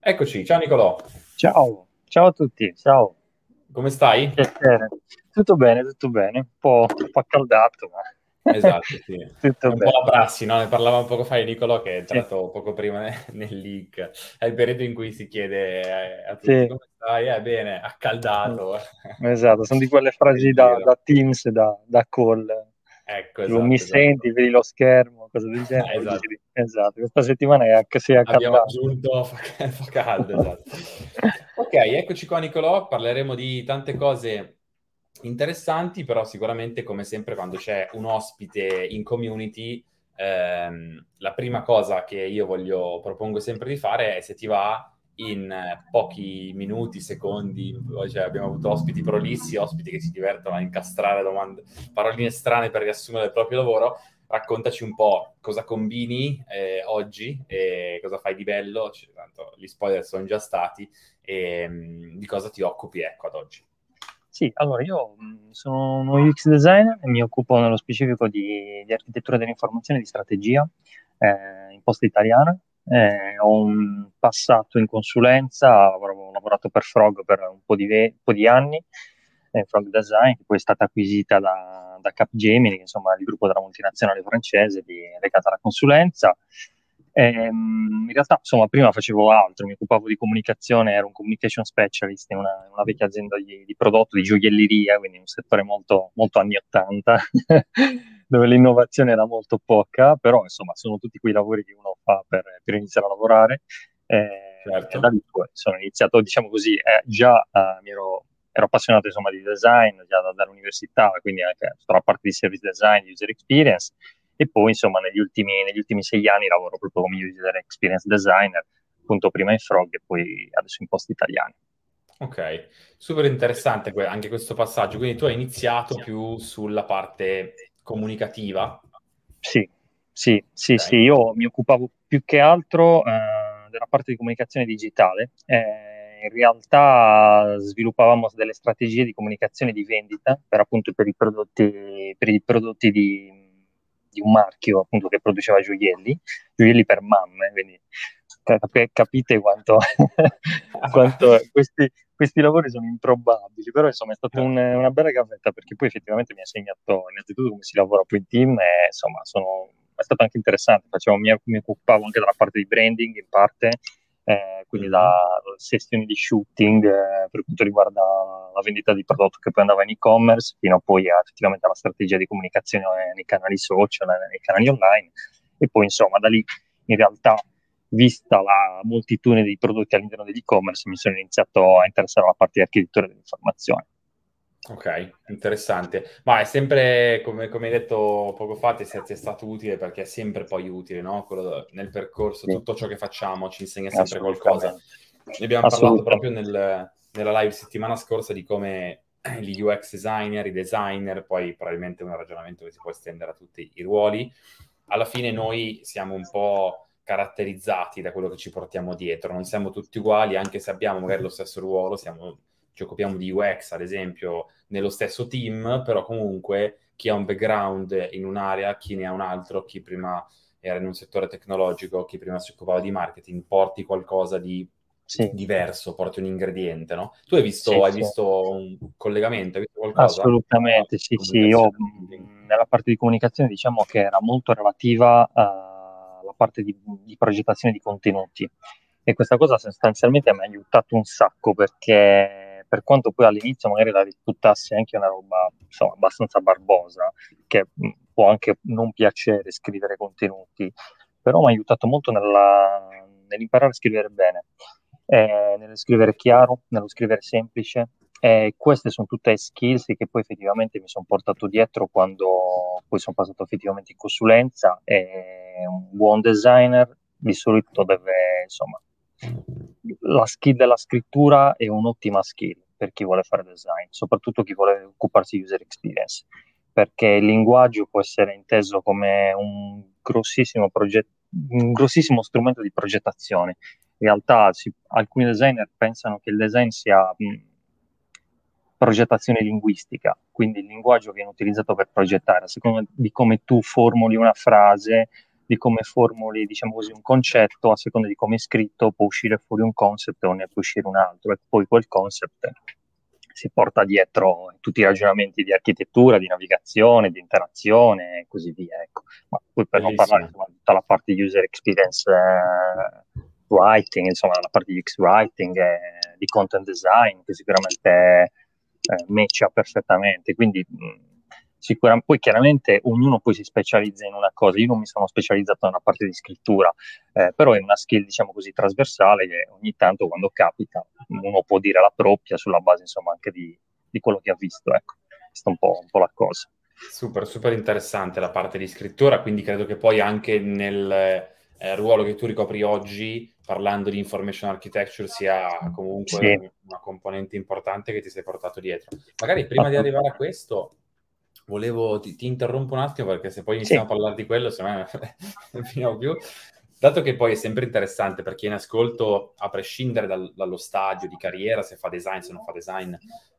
Eccoci, ciao Nicolò, Ciao, ciao a tutti, ciao, come stai? piacere. Tutto bene, un po' accaldato, ma Esatto, sì. È tutto un po' la bene. prassi, no? Ne parlavamo poco fa di Nicolò che è Sì, entrato poco prima nel link. È il periodo in cui si chiede a tutti sì, come stai? Bene, accaldato. esatto, sono di quelle Sono frasi in da giro. Teams, da call, Ecco, tipo mi esatto, esatto. senti, vedi lo schermo, cose del genere. Oggi Esatto. esatto, questa settimana si è Abbiamo accaldato. aggiunto fa caldo, esatto. Ok, eccoci qua Nicolò, parleremo di tante cose interessanti, però sicuramente come sempre quando c'è un ospite in community, la prima cosa che io propongo sempre di fare è se ti va in pochi minuti, secondi, cioè abbiamo avuto ospiti prolissi, ospiti che si divertono a incastrare domande, paroline strane per riassumere il proprio lavoro. Raccontaci un po' cosa combini oggi e cosa fai di bello, cioè, tanto gli spoiler sono già stati, e di cosa ti occupi, ecco, ad oggi. Sì, allora io sono uno UX designer e mi occupo nello specifico di architettura dell'informazione e di strategia in Posta Italiana. Ho un passato in consulenza, ho lavorato per Frog per un po' di anni, Frog Design, che poi è stata acquisita da Capgemini, che insomma è il gruppo della multinazionale francese legata alla consulenza. In realtà, insomma, prima facevo altro, mi occupavo di comunicazione, ero un communication specialist in una vecchia azienda di prodotto, di gioielleria, quindi un settore molto, molto anni 80, dove l'innovazione era molto poca, però insomma sono tutti quei lavori che uno fa per iniziare a lavorare. E da Certo. lì poi sono iniziato, diciamo così, ero appassionato insomma di design già dall'università, quindi anche tutta la parte di service design, user experience, e poi insomma negli ultimi 6 anni lavoro proprio come user experience designer, appunto prima in Frog e poi adesso in Post Italiani. Ok, super interessante anche questo passaggio. Quindi tu hai iniziato più sulla parte comunicativa, Sì, sì, sì, sì, ok? io mi occupavo più che altro della parte di comunicazione digitale. In realtà sviluppavamo delle strategie di comunicazione di vendita per appunto per i prodotti di un marchio appunto che produceva gioielli, gioielli per mamme, quindi capite quanto, quanto questi lavori sono improbabili, però insomma è stata una bella gavetta perché poi effettivamente mi ha insegnato innanzitutto come si lavora poi in team e insomma è stato anche interessante, mi occupavo anche della parte di branding in parte, quindi Mhm. da sessioni di shooting per quanto riguarda la vendita di prodotto che poi andava in e-commerce, fino poi effettivamente alla strategia di comunicazione nei canali social, nei canali online, e poi insomma da lì in realtà vista la moltitudine di prodotti all'interno dell'e-commerce, mi sono iniziato a interessare alla parte di architettura dell'informazione. Ok, interessante. Ma è sempre, come hai detto poco fa, ti è stato utile perché è sempre poi utile, no? Nel percorso, Sì, tutto ciò che facciamo ci insegna sempre qualcosa. assolutamente. Ne abbiamo parlato proprio Assolutamente. nella live settimana scorsa di come gli UX designer, i designer, poi probabilmente un ragionamento che si può estendere a tutti i ruoli. Alla fine noi siamo un po' caratterizzati da quello che ci portiamo dietro, non siamo tutti uguali, anche se abbiamo magari lo stesso ruolo, ci occupiamo di UX, ad esempio, nello stesso team, però comunque chi ha un background in un'area, chi ne ha un altro, chi prima era in un settore tecnologico, chi prima si occupava di marketing, porti qualcosa di Sì, diverso, porti un ingrediente, no? Tu sì, hai sì. visto un collegamento, hai visto qualcosa? La Assolutamente, sì, sì. Io comunicazione. nella parte di comunicazione diciamo che era molto relativa alla parte di progettazione di contenuti e questa cosa sostanzialmente mi ha aiutato un sacco perché per quanto poi all'inizio magari la risultasse anche una roba insomma, abbastanza barbosa, che può anche non piacere scrivere contenuti, però mi ha aiutato molto nell'imparare a scrivere bene, nello scrivere chiaro, nello scrivere semplice. Queste sono tutte skills che poi effettivamente mi sono portato dietro quando poi sono passato effettivamente in consulenza e un buon designer di solito deve, insomma, la skill della scrittura è un'ottima skill per chi vuole fare design, soprattutto chi vuole occuparsi di user experience, perché il linguaggio può essere inteso come un grossissimo strumento di progettazione. In realtà alcuni designer pensano che il design sia progettazione linguistica, quindi il linguaggio viene utilizzato per progettare, a seconda di come tu formuli una frase, di come formuli, diciamo così, un concetto, a seconda di come è scritto, può uscire fuori un concept o ne può uscire un altro, e poi quel concept si porta dietro tutti i ragionamenti di architettura, di navigazione, di interazione e così via. Ecco. Ma poi per non parlare Bellissimo. insomma, di tutta la parte di user experience writing, insomma la parte di UX writing, di content design, che sicuramente matcha perfettamente. Quindi poi chiaramente ognuno poi si specializza in una cosa. Io non mi sono specializzato nella parte di scrittura, però è una skill, diciamo così, trasversale che ogni tanto, quando capita, uno può dire la propria sulla base, insomma, anche di quello che ha visto, ecco. Questa è un po' la cosa. Super, super interessante la parte di scrittura, quindi credo che poi anche nel ruolo che tu ricopri oggi, parlando di information architecture, sia comunque Sì, una componente importante che ti sei portato dietro. Magari prima di arrivare a assolutamente. questo, ti interrompo un attimo perché se poi Sì, iniziamo a parlare di quello, se no non finiamo più. Dato che poi è sempre interessante per chi è in ascolto, a prescindere dallo stadio di carriera, se fa design, se non fa design,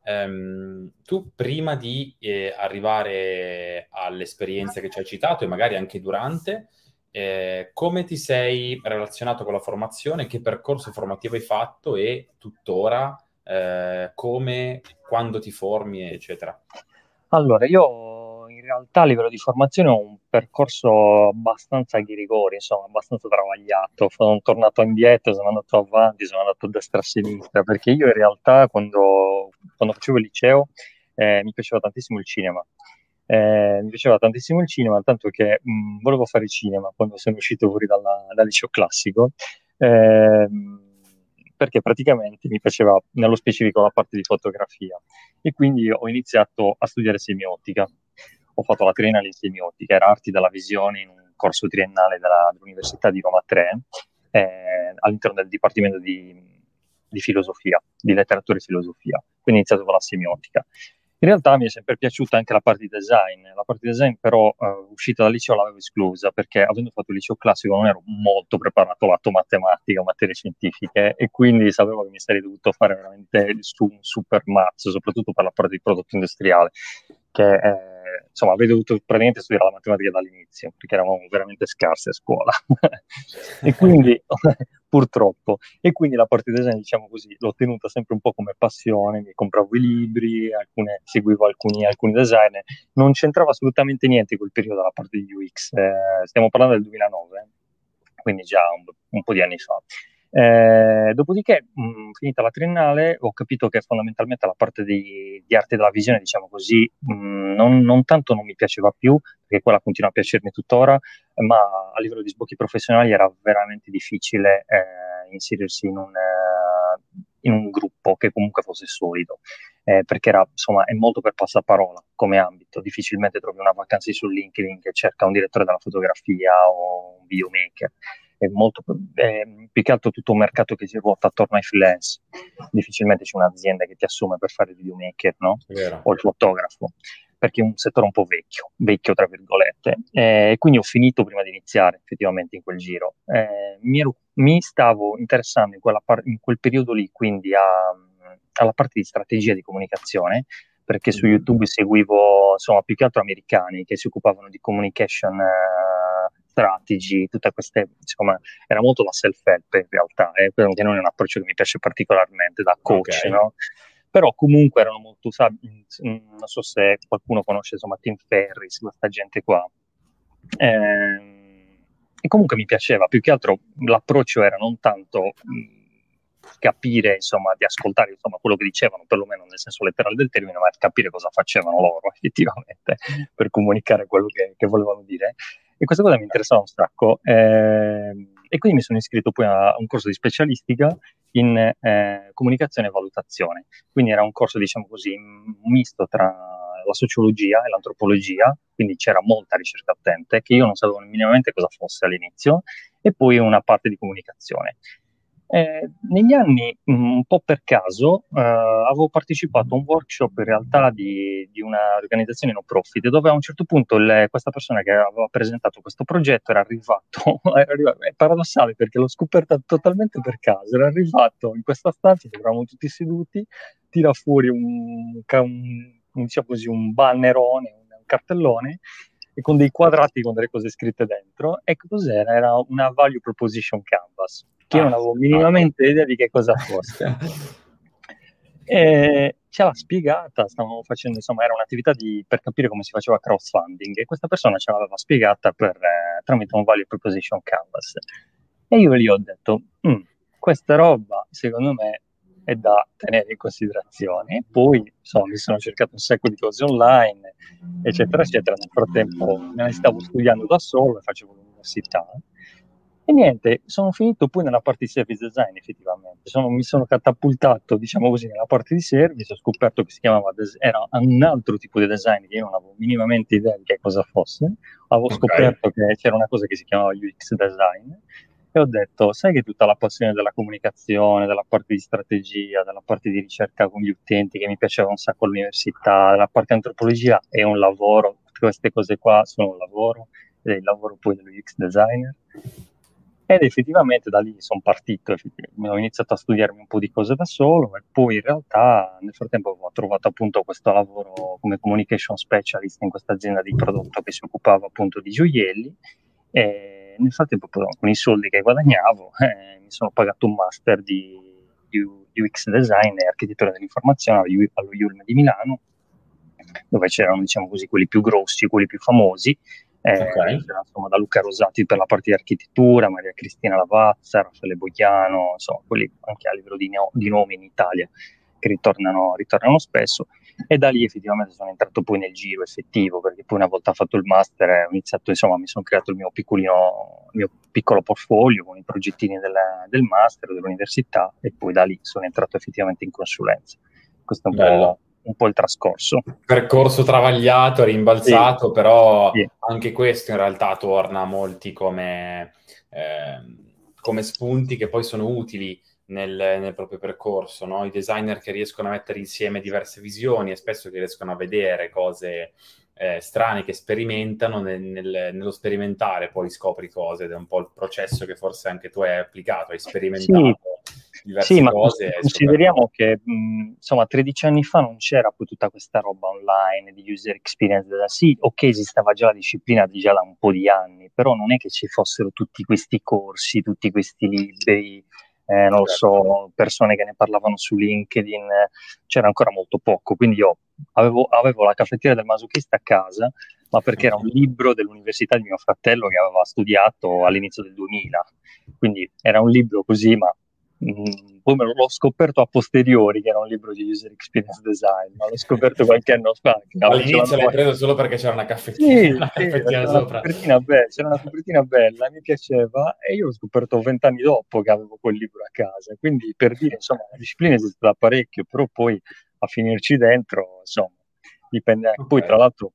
tu prima di arrivare alle esperienze che ci hai citato e magari anche durante, come ti sei relazionato con la formazione? Che percorso formativo hai fatto e tuttora come, quando ti formi, eccetera. allora io in realtà a livello di formazione ho un percorso abbastanza ghirigori, insomma, abbastanza travagliato. Sono tornato indietro, sono andato avanti, sono andato a destra e a sinistra, perché io in realtà quando facevo il liceo mi piaceva tantissimo il cinema. Mi piaceva tantissimo il cinema, tanto che volevo fare cinema quando sono uscito fuori dal liceo classico, ehm, perché praticamente mi piaceva nello specifico la parte di fotografia e quindi ho iniziato a studiare semiotica. Ho fatto la triennale in semiotica, era arti della visione in un corso triennale dell'Università di Roma 3, all'interno del Dipartimento di Filosofia, di Letteratura e Filosofia. Quindi ho iniziato con la semiotica. In realtà mi è sempre piaciuta anche la parte di design. La parte di design, però, uscita dal liceo l'avevo esclusa perché, avendo fatto il liceo classico, non ero molto preparato lato matematica o materie scientifiche e quindi sapevo che mi sarei dovuto fare veramente su un super mazzo, soprattutto per la parte di prodotto industriale, che insomma avrei dovuto praticamente studiare la matematica dall'inizio perché eravamo veramente scarsi a scuola. E quindi, purtroppo, e quindi la parte design, diciamo così, l'ho tenuta sempre un po' come passione, mi compravo i libri, seguivo alcuni designer, non c'entrava assolutamente niente quel periodo la parte di UX, stiamo parlando del 2009, quindi già un po' di anni fa. Dopodiché, finita la triennale, ho capito che fondamentalmente la parte di arte della visione, diciamo così, non tanto non mi piaceva più, perché quella continua a piacermi tuttora, ma a livello di sbocchi professionali era veramente difficile inserirsi in un gruppo che comunque fosse solido, perché era, insomma, è molto per passaparola come ambito, difficilmente trovi una vacanza su LinkedIn che cerca un direttore della fotografia o un videomaker. È più che altro tutto un mercato che si ruota attorno ai freelance. Difficilmente c'è un'azienda che ti assume per fare il videomaker, no? È vero. O il fotografo, perché è un settore un po' vecchio tra virgolette. E quindi ho finito prima di iniziare effettivamente in quel giro. Mi stavo interessando in quel periodo lì, quindi alla parte di strategia di comunicazione, perché su Mhm. YouTube seguivo insomma più che altro americani che si occupavano di communication strategy, tutte queste, insomma, era molto da self-help in realtà, che non è un approccio che mi piace particolarmente da Ok. coach, no? Però comunque erano molto usabili, non so se qualcuno conosce insomma Tim Ferriss, questa gente qua. E comunque mi piaceva, più che altro l'approccio era non tanto capire, insomma, di ascoltare insomma, quello che dicevano, perlomeno nel senso letterale del termine, ma capire cosa facevano loro effettivamente per comunicare quello che volevano dire. E questa cosa mi interessava un sacco. E quindi mi sono iscritto poi a un corso di specialistica in comunicazione e valutazione. Quindi era un corso, diciamo così, un misto tra la sociologia e l'antropologia, quindi c'era molta ricerca attente, che io non sapevo minimamente cosa fosse all'inizio, e poi una parte di comunicazione. Negli anni, un po' per caso, avevo partecipato a un workshop in realtà di un'organizzazione no profit, dove a un certo punto questa persona che aveva presentato questo progetto era arrivato, è paradossale perché l'ho scoperta totalmente per caso, era arrivato in questa stanza dove eravamo tutti seduti, tira fuori diciamo così, un bannerone, un cartellone e con dei quadrati con delle cose scritte dentro. E cos'era? Era una value proposition canvas, che io non avevo spettacolo. minimamente idea di che cosa fosse. E ce l'ha spiegata, stavamo facendo, insomma, era un'attività per capire come si faceva crowdfunding e questa persona ce l'aveva spiegata tramite un value proposition canvas. E io gli ho detto, questa roba secondo me è da tenere in considerazione. E poi, insomma, mi sono cercato un sacco di cose online, eccetera, eccetera. Nel frattempo me ne stavo studiando da solo e facevo l'università. E niente, sono finito poi nella parte di service design, effettivamente. Mi sono catapultato, diciamo così, nella parte di service, ho scoperto che era un altro tipo di design che io non avevo minimamente idea di che cosa fosse. Avevo Ok, scoperto che c'era una cosa che si chiamava UX design e ho detto, sai che tutta la passione della comunicazione, della parte di strategia, della parte di ricerca con gli utenti, che mi piaceva un sacco all'università, della parte di antropologia, è un lavoro, tutte queste cose qua sono un lavoro, ed è il lavoro poi dello UX designer. Ed effettivamente da lì sono partito, ho iniziato a studiarmi un po' di cose da solo e poi in realtà nel frattempo ho trovato appunto questo lavoro come communication specialist in questa azienda di prodotto che si occupava appunto di gioielli e nel frattempo però, con i soldi che guadagnavo mi sono pagato un master di UX design e architettura dell'informazione allo IULM di Milano dove c'erano diciamo così quelli più grossi, quelli più famosi ok. c'era, insomma, da Luca Rosati per la parte di architettura, Maria Cristina Lavazza, Raffaele Boiano, insomma, quelli anche a livello di nomi in Italia che ritornano spesso. E da lì effettivamente sono entrato poi nel giro effettivo, perché poi una volta fatto il master ho iniziato, insomma, mi sono creato il mio piccolo portfolio con i progettini del master, dell'università, e poi da lì sono entrato effettivamente in consulenza. Questo è Bello. un po' il trascorso. Percorso travagliato, Sì, rimbalzato, però sì, anche questo in realtà torna a molti come spunti che poi sono utili nel proprio percorso, no? I designer che riescono a mettere insieme diverse visioni e spesso che riescono a vedere cose strane che sperimentano, nello sperimentare poi scopri cose ed è un po' il processo che forse anche tu hai applicato, hai sì, sperimentato sì, diverse ma cose e hai scoperto. consideriamo che insomma 13 anni fa non c'era poi tutta questa roba online di user experience. Sì, ok, esisteva già la disciplina già da un po' di anni, però non è che ci fossero tutti questi corsi, tutti questi libri, non lo Certo. so, persone che ne parlavano su LinkedIn, c'era ancora molto poco. Quindi io avevo la caffettiera del masochista a casa, ma perché era un libro dell'università di mio fratello che aveva studiato all'inizio del 2000. Quindi era un libro così, ma poi l'ho scoperto a posteriori che era un libro di user experience design, ma l'ho scoperto qualche anno fa, ce All'inizio l'hai l'avevo. preso solo perché c'era Sì, una sì, caffettina sopra. c'era una copertina bella, mi piaceva e io l'ho scoperto 20 anni dopo che avevo quel libro a casa, quindi per dire, insomma, la disciplina esiste da parecchio, però poi a finirci dentro, insomma, dipende anche. Ok. Poi tra l'altro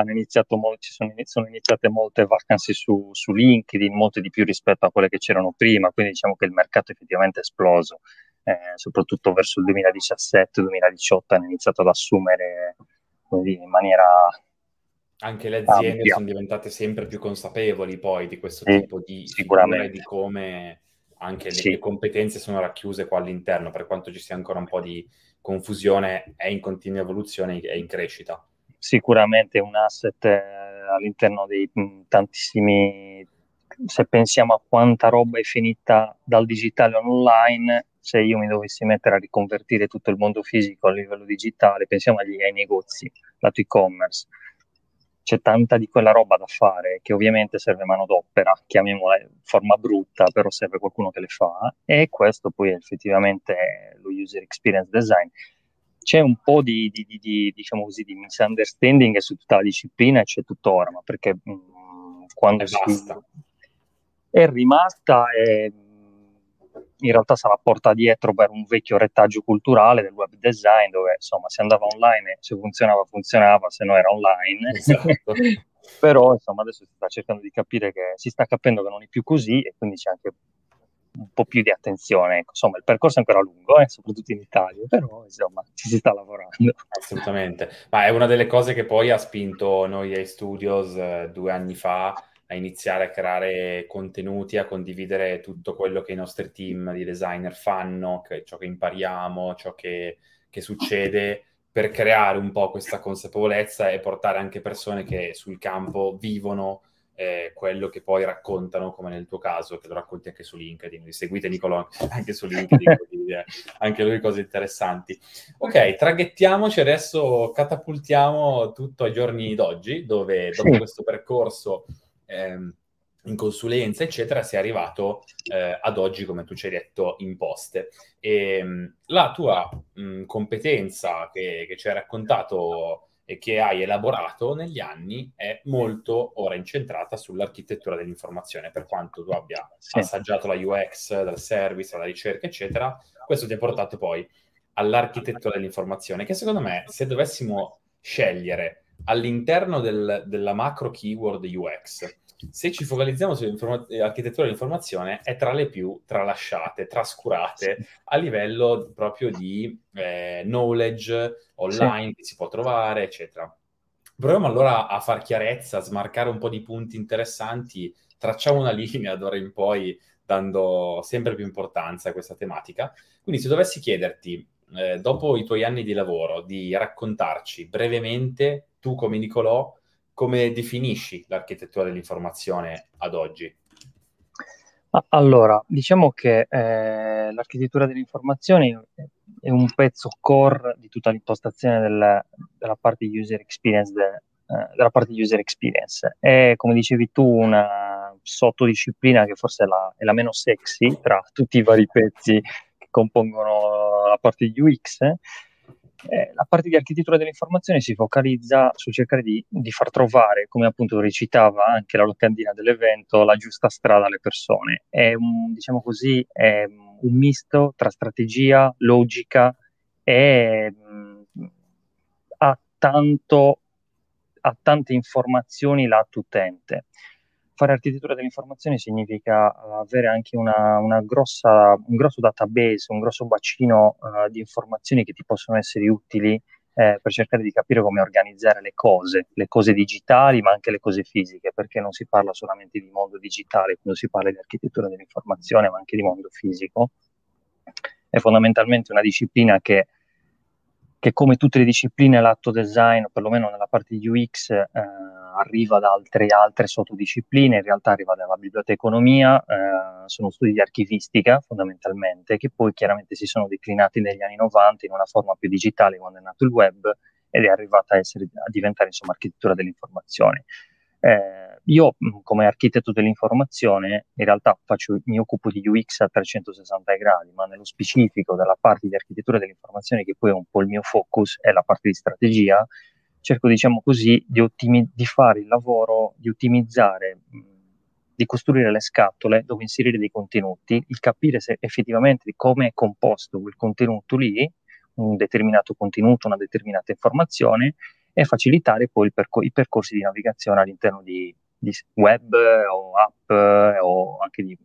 sono iniziate molte vacanze su LinkedIn, molte di più rispetto a quelle che c'erano prima, quindi diciamo che il mercato effettivamente è esploso, soprattutto verso il 2017-2018 hanno iniziato ad assumere, come dire, in maniera Anche le aziende ampia. sono diventate sempre più consapevoli poi di questo Sì, tipo di figura e di sicuramente. come anche le Sì, competenze sono racchiuse qua all'interno, per quanto ci sia ancora un po' di confusione, è in continua evoluzione, è in crescita. sicuramente un asset all'interno dei tantissimi. Se pensiamo a quanta roba è finita dal digitale all'online, se io mi dovessi mettere a riconvertire tutto il mondo fisico a livello digitale, pensiamo ai negozi, lato e-commerce. C'è tanta di quella roba da fare che ovviamente serve manodopera, chiamiamola in forma brutta, però serve qualcuno che le fa e questo poi è effettivamente lo user experience design. C'è un po' diciamo così, di misunderstanding su tutta la disciplina e c'è tuttora, ma perché quando E basta. è rimasta e in realtà se la porta dietro per un vecchio retaggio culturale del web design dove insomma si andava online, se funzionava funzionava, se no era online. Esatto. Però insomma adesso si sta cercando di capire che si sta capendo che non è più così e quindi c'è anche un po' più di attenzione. Ecco. Insomma, il percorso è ancora lungo, soprattutto in Italia, però insomma ci si sta lavorando. Assolutamente, ma è una delle cose che poi ha spinto noi ai Studios 2 anni fa a iniziare a creare contenuti, a condividere tutto quello che i nostri team di designer fanno, ciò che impariamo, ciò che succede, per creare un po' questa consapevolezza e portare anche persone che sul campo vivono quello che poi raccontano, come nel tuo caso, che lo racconti anche su LinkedIn. Seguite Nicolò anche su LinkedIn, così, anche lui cose interessanti. Ok, traghettiamoci adesso, catapultiamo tutto ai giorni d'oggi, dove dopo questo percorso in consulenza, eccetera, sei arrivato ad oggi, come tu ci hai detto, in Poste. E la tua competenza che ci hai raccontato e che hai elaborato negli anni è molto ora incentrata sull'architettura dell'informazione, per quanto tu abbia assaggiato la UX, dal service, alla ricerca, eccetera, questo ti ha portato poi all'architettura dell'informazione, che secondo me, se dovessimo scegliere all'interno della macro keyword UX, se ci focalizziamo sull'architettura dell'informazione, è tra le più tralasciate, trascurate a livello proprio di knowledge online che si può trovare, eccetera. Proviamo allora a far chiarezza, a smarcare un po' di punti interessanti, tracciamo una linea d'ora in poi, dando sempre più importanza a questa tematica. Quindi se dovessi chiederti, dopo i tuoi anni di lavoro, di raccontarci brevemente, tu come Nicolò, come definisci l'architettura dell'informazione ad oggi? Allora, diciamo che l'architettura delle informazioni è un pezzo core di tutta l'impostazione della parte user experience, della parte user experience. È, come dicevi tu, una sottodisciplina che forse è la meno sexy tra tutti i vari pezzi che compongono la parte UX. La parte di architettura dell'informazione si focalizza su cercare di far trovare, come appunto recitava anche la locandina dell'evento, la giusta strada alle persone. Diciamo così, è un misto tra strategia, logica e ha tante informazioni lato utente. Fare architettura dell'informazione significa avere anche un grosso database, un grosso bacino di informazioni che ti possono essere utili per cercare di capire come organizzare le cose digitali, ma anche le cose fisiche, perché non si parla solamente di mondo digitale quando si parla di architettura dell'informazione, ma anche di mondo fisico. È fondamentalmente una disciplina che come tutte le discipline l'atto design, o perlomeno nella parte di UX, arriva da altre sottodiscipline, in realtà arriva dalla biblioteconomia, sono studi di archivistica fondamentalmente, che poi chiaramente si sono declinati negli anni 90 in una forma più digitale quando è nato il web ed è arrivata a diventare insomma architettura dell'informazione. Io come architetto dell'informazione in realtà mi occupo di UX a 360 gradi, ma nello specifico della parte di architettura dell'informazione, che poi è un po' il mio focus, è la parte di strategia, cerco, diciamo così, di fare il lavoro, di ottimizzare, di costruire le scatole dove inserire dei contenuti, il capire se effettivamente come è composto quel contenuto lì, un determinato contenuto, una determinata informazione, e facilitare poi i percorsi di navigazione all'interno di web o app o anche di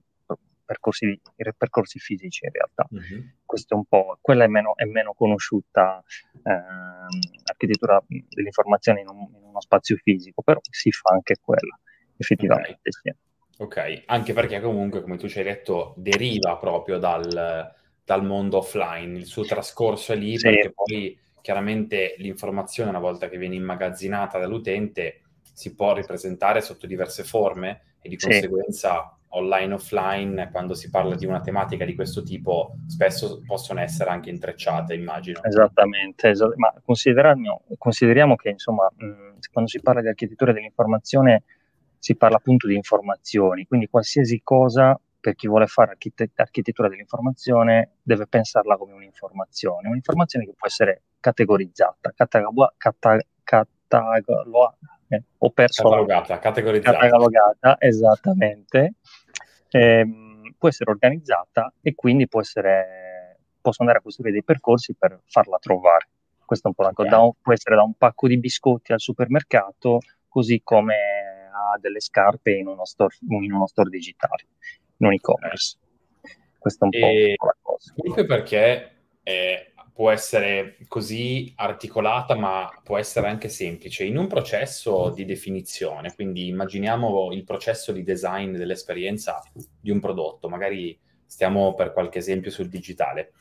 percorsi fisici in realtà. Mm-hmm. Questo è un po', quella è meno conosciuta architettura dell'informazione in uno spazio fisico, però si fa anche quella, effettivamente. Okay. Sì. Ok, anche perché comunque, come tu ci hai detto, deriva proprio dal mondo offline, il suo trascorso è lì, Sì. perché poi chiaramente l'informazione, una volta che viene immagazzinata dall'utente, si può ripresentare sotto diverse forme e di conseguenza online e offline, quando si parla di una tematica di questo tipo, spesso possono essere anche intrecciate, immagino. Esattamente, ma consideriamo che insomma, quando si parla di architettura dell'informazione si parla appunto di informazioni, quindi qualsiasi cosa per chi vuole fare architettura dell'informazione deve pensarla come un'informazione che può essere categorizzata, ho perso Categorizzata. catalogata, esattamente, può essere organizzata e quindi posso andare a costruire dei percorsi per farla trovare. Questo è un po' Okay. può essere da un pacco di biscotti al supermercato, così come a delle scarpe in uno store digitale, in un e-commerce. Questo è un po' la cosa. Proprio perché può essere così articolata, ma può essere anche semplice. In un processo di definizione, quindi immaginiamo il processo di design dell'esperienza di un prodotto, magari stiamo per qualche esempio sul digitale.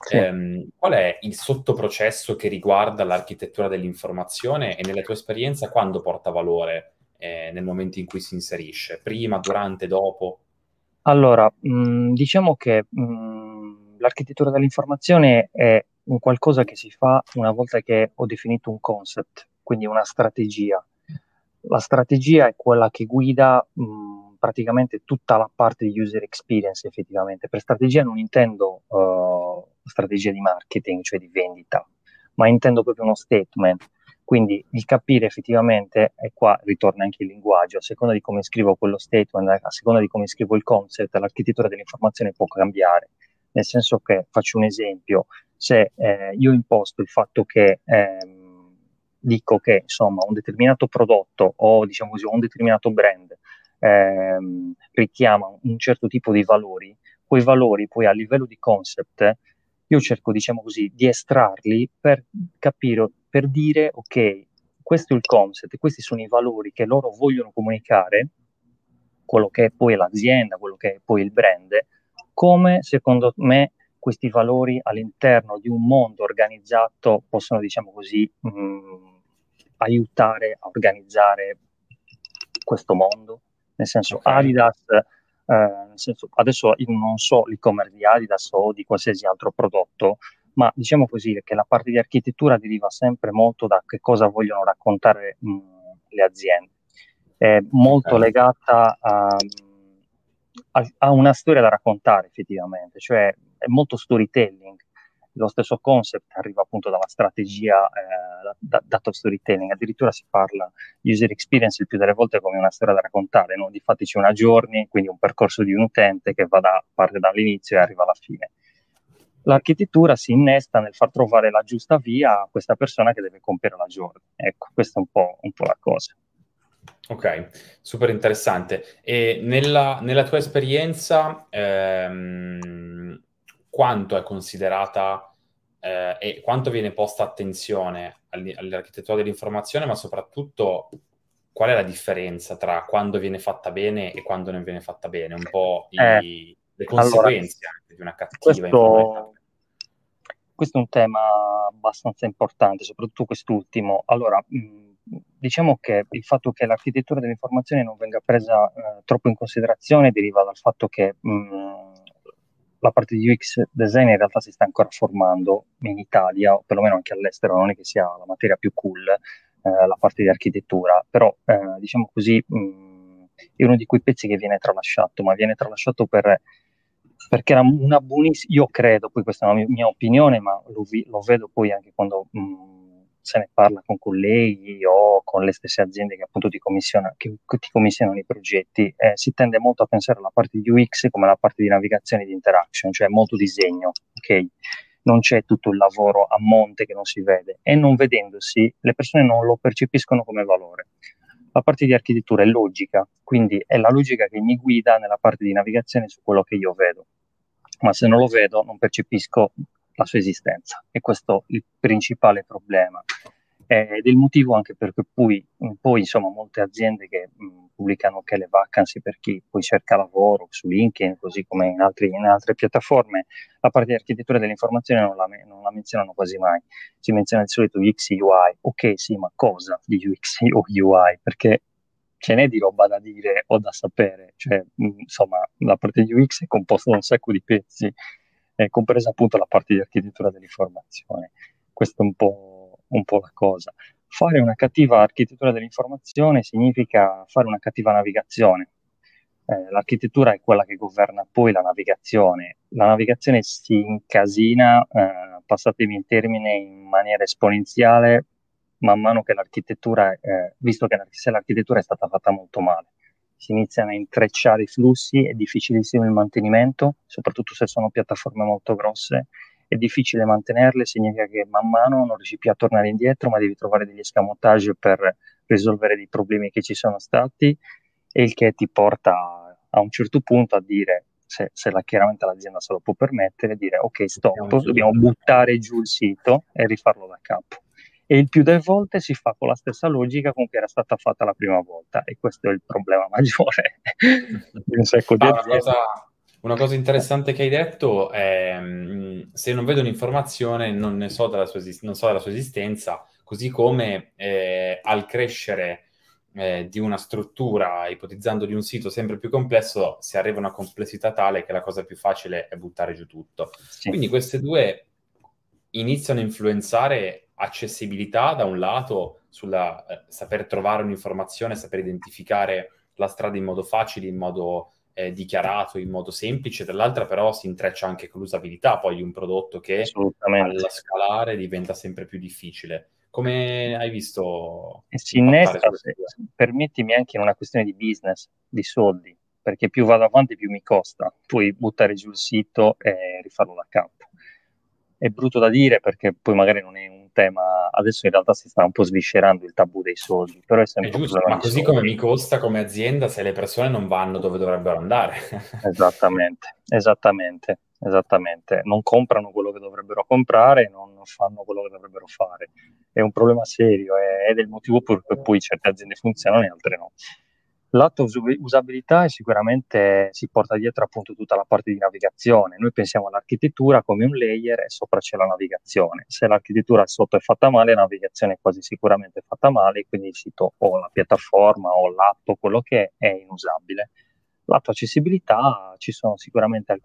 Sì. Qual è il sottoprocesso che riguarda l'architettura dell'informazione e nella tua esperienza quando porta valore nel momento in cui si inserisce? Prima, durante, dopo? Allora, diciamo che l'architettura dell'informazione è un qualcosa che si fa una volta che ho definito un concept, quindi una strategia. La strategia è quella che guida praticamente tutta la parte di user experience, effettivamente. Per strategia non intendo strategia di marketing, cioè di vendita, ma intendo proprio uno statement. Quindi il capire effettivamente, e qua ritorna anche il linguaggio, a seconda di come scrivo quello statement, a seconda di come scrivo il concept, l'architettura dell'informazione può cambiare. Nel senso che, faccio un esempio, se io imposto il fatto che dico che insomma un determinato prodotto o diciamo così, un determinato brand richiama un certo tipo di valori, quei valori poi a livello di concept io cerco, diciamo così, di estrarli per capire, per dire, ok, questo è il concept, questi sono i valori che loro vogliono comunicare, quello che è poi l'azienda, quello che è poi il brand, come secondo me questi valori all'interno di un mondo organizzato possono, diciamo così, aiutare a organizzare questo mondo. Nel senso, Ok. Adidas, nel senso, adesso io non so l'e-commerce di Adidas o di qualsiasi altro prodotto, ma diciamo così che la parte di architettura deriva sempre molto da che cosa vogliono raccontare le aziende. È molto Ok. legata a una storia da raccontare effettivamente, cioè è molto storytelling. Lo stesso concept arriva appunto dalla strategia dato storytelling, addirittura si parla user experience il più delle volte come una storia da raccontare, no? Difatti c'è una journey, quindi un percorso di un utente che parte dall'inizio e arriva alla fine. L'architettura si innesta nel far trovare la giusta via a questa persona che deve compiere la journey. Ecco, questa è un po' la cosa. Ok, super interessante. E nella tua esperienza, quanto è considerata e quanto viene posta attenzione all'architettura dell'informazione, ma soprattutto qual è la differenza tra quando viene fatta bene e quando non viene fatta bene? Un po' Eh, le allora, conseguenze anche di una cattiva informazione. questo, questo è un tema abbastanza importante, soprattutto quest'ultimo. Allora, diciamo che il fatto che l'architettura dell'informazione non venga presa troppo in considerazione deriva dal fatto che la parte di UX design in realtà si sta ancora formando in Italia, o perlomeno anche all'estero, non è che sia la materia più cool, la parte di architettura, però diciamo così, è uno di quei pezzi che viene tralasciato, ma viene tralasciato perché era una buonissima, io credo, poi questa è una mia opinione, ma lo vedo poi anche quando se ne parla con colleghi o con le stesse aziende che appunto che ti commissionano i progetti, si tende molto a pensare alla parte di UX come alla parte di navigazione e di interaction, cioè molto disegno, ok? Non c'è tutto il lavoro a monte che non si vede e non vedendosi le persone non lo percepiscono come valore. La parte di architettura è logica, quindi è la logica che mi guida nella parte di navigazione su quello che io vedo, ma se non lo vedo non percepisco la sua esistenza e questo è il principale problema. Ed è il motivo anche perché poi insomma, molte aziende che pubblicano anche le vacanze per chi poi cerca lavoro su LinkedIn, così come in altre piattaforme, la parte di architettura dell'informazione non la menzionano quasi mai. Si menziona di solito UX e UI. Ok, sì, ma cosa di UX o UI? Perché ce n'è di roba da dire o da sapere. Cioè, insomma, la parte di UX è composta da un sacco di pezzi, compresa appunto la parte di architettura dell'informazione. Questa è un po' la cosa. Fare una cattiva architettura dell'informazione significa fare una cattiva navigazione. L'architettura è quella che governa poi la navigazione. La navigazione si incasina, passatemi il termine, in maniera esponenziale man mano che l'architettura, visto che se l'architettura è stata fatta molto male. Si iniziano a intrecciare i flussi, è difficilissimo il mantenimento, soprattutto se sono piattaforme molto grosse, è difficile mantenerle, significa che man mano non riesci più a tornare indietro, ma devi trovare degli escamotage per risolvere dei problemi che ci sono stati, e il che ti porta a un certo punto a dire, chiaramente l'azienda se lo può permettere, dire ok, Mettiamo stop, giù. dobbiamo buttare giù il sito e rifarlo da capo. E il più delle volte si fa con la stessa logica con cui era stata fatta la prima volta, e questo è il problema maggiore di un sacco di Ah, aziende. Una cosa interessante che hai detto è se non vedo un'informazione non ne so non so della sua esistenza, così come al crescere di una struttura, ipotizzando di un sito sempre più complesso, si arriva a una complessità tale che la cosa più facile è buttare giù tutto. Sì, Quindi queste due iniziano a influenzare accessibilità da un lato, sulla saper trovare un'informazione, saper identificare la strada in modo facile, in modo dichiarato, in modo semplice, dall'altra però si intreccia anche con l'usabilità poi di un prodotto che assolutamente. alla scalare diventa sempre più difficile. Come hai visto E si impattare su innesta, queste due? permettimi, anche in una questione di business, di soldi, perché più vado avanti più mi costa. Puoi buttare giù il sito e rifarlo da capo. È brutto da dire perché poi magari non è un tema, adesso in realtà si sta un po' sviscerando il tabù dei soldi, però è È sempre un giusto, problema ma di così come soldi. mi costa come azienda se le persone non vanno dove dovrebbero andare. Esattamente, esattamente, esattamente. Non comprano quello che dovrebbero comprare, non fanno quello che dovrebbero fare. È un problema serio ed è il motivo per cui poi certe aziende funzionano e altre no. Lato usabilità è sicuramente si porta dietro appunto tutta la parte di navigazione. Noi pensiamo all'architettura come un layer e sopra c'è la navigazione. Se l'architettura sotto è fatta male, la navigazione è quasi sicuramente fatta male, quindi il sito o la piattaforma o l'app o quello che è inusabile. Lato accessibilità ci sono sicuramente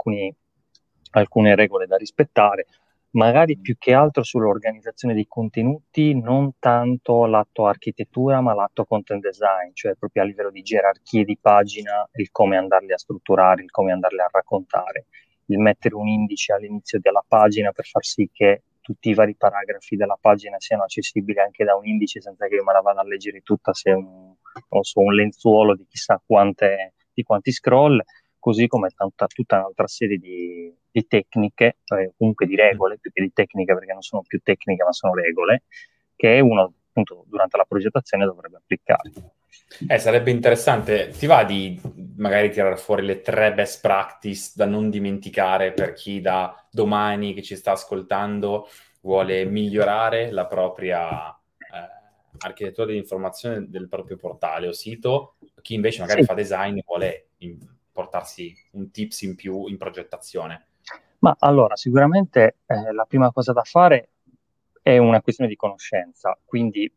alcune regole da rispettare, magari più che altro sull'organizzazione dei contenuti, non tanto lato architettura, ma lato content design, cioè proprio a livello di gerarchie di pagina, il come andarli a strutturare, il come andarli a raccontare, il mettere un indice all'inizio della pagina per far sì che tutti i vari paragrafi della pagina siano accessibili anche da un indice senza che io me la vada a leggere tutta se è non so, un lenzuolo di chissà di quanti scroll, così come tutta un'altra serie di tecniche, comunque di regole, più che di tecniche perché non sono più tecniche ma sono regole, che uno appunto durante la progettazione dovrebbe applicare. Sarebbe interessante. Ti va di magari tirare fuori le 3 best practice da non dimenticare per chi da domani che ci sta ascoltando vuole migliorare la propria architettura di informazione del proprio portale o sito, chi invece magari Sì, fa design e vuole portarsi un tips in più in progettazione. ma allora sicuramente la prima cosa da fare è una questione di conoscenza, quindi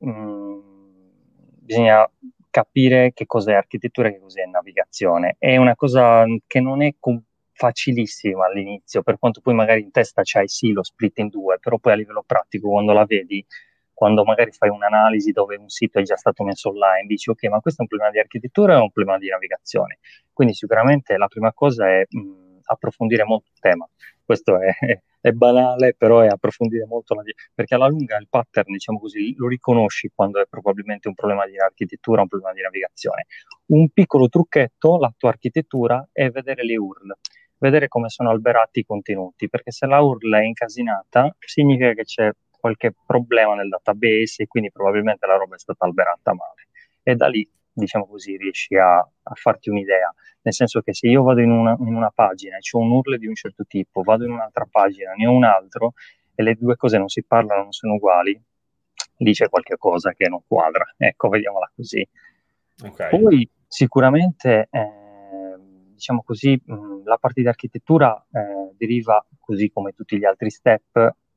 bisogna capire che cos'è architettura e che cos'è navigazione. È una cosa che non è facilissima all'inizio, per quanto poi magari in testa c'hai sì lo split in due, però poi a livello pratico quando la vedi, quando magari fai un'analisi dove un sito è già stato messo online, dici ok, ma questo è un problema di architettura o un problema di navigazione? Quindi sicuramente la prima cosa è approfondire molto il tema. Questo è banale, però è approfondire molto perché alla lunga il pattern, diciamo così, lo riconosci quando è probabilmente un problema di architettura, un problema di navigazione. Un piccolo trucchetto, la tua architettura, è vedere le URL, vedere come sono alberati i contenuti, perché se la URL è incasinata, significa che c'è qualche problema nel database e quindi probabilmente la roba è stata alberata male. E da lì, diciamo così, riesci a farti un'idea. Nel senso che se io vado in una pagina e c'è un URL di un certo tipo, vado in un'altra pagina, ne ho un altro, e le due cose non si parlano, non sono uguali, lì c'è qualche cosa che non quadra. Ecco, vediamola così. Ok. Poi sicuramente, diciamo così, la parte di architettura deriva, così come tutti gli altri step,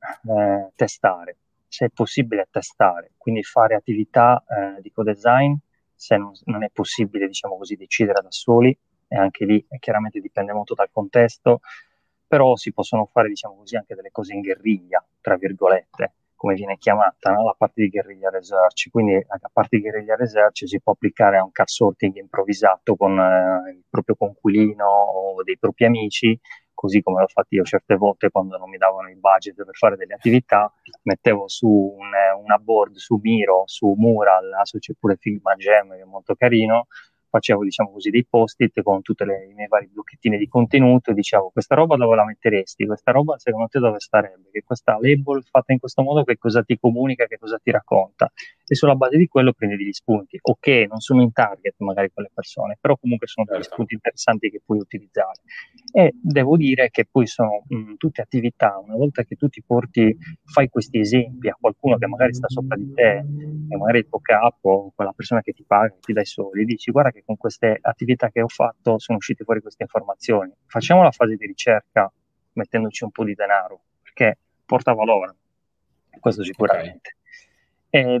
testare, se è possibile testare, quindi fare attività di co-design, se non è possibile, diciamo così, decidere da soli, e anche lì chiaramente dipende molto dal contesto, però si possono fare, diciamo così, anche delle cose in guerriglia, tra virgolette, come viene chiamata, no? La parte di guerriglia research. Quindi la parte di guerriglia research si può applicare a un card sorting improvvisato con il proprio conquilino o dei propri amici, così come l'ho fatto io certe volte quando non mi davano il budget per fare delle attività, mettevo su una board su Miro, su Mural, adesso c'è pure Figma Jam che è molto carino, facevo diciamo così dei post-it con tutti i miei vari blocchettini di contenuto e dicevo questa roba dove la metteresti, questa roba secondo te dove starebbe, che questa label fatta in questo modo che cosa ti comunica, che cosa ti racconta e sulla base di quello prendi degli spunti. Ok, non sono in target magari quelle persone, però comunque sono degli certo. spunti interessanti che puoi utilizzare. E devo dire che poi sono tutte attività, una volta che tu ti porti, fai questi esempi a qualcuno che magari sta sopra di te, e magari il tuo capo o quella persona che ti paga, che ti dai soldi, dici guarda che con queste attività che ho fatto sono uscite fuori queste informazioni. Facciamo la fase di ricerca mettendoci un po' di denaro, perché porta valore, questo Ok. sicuramente. E,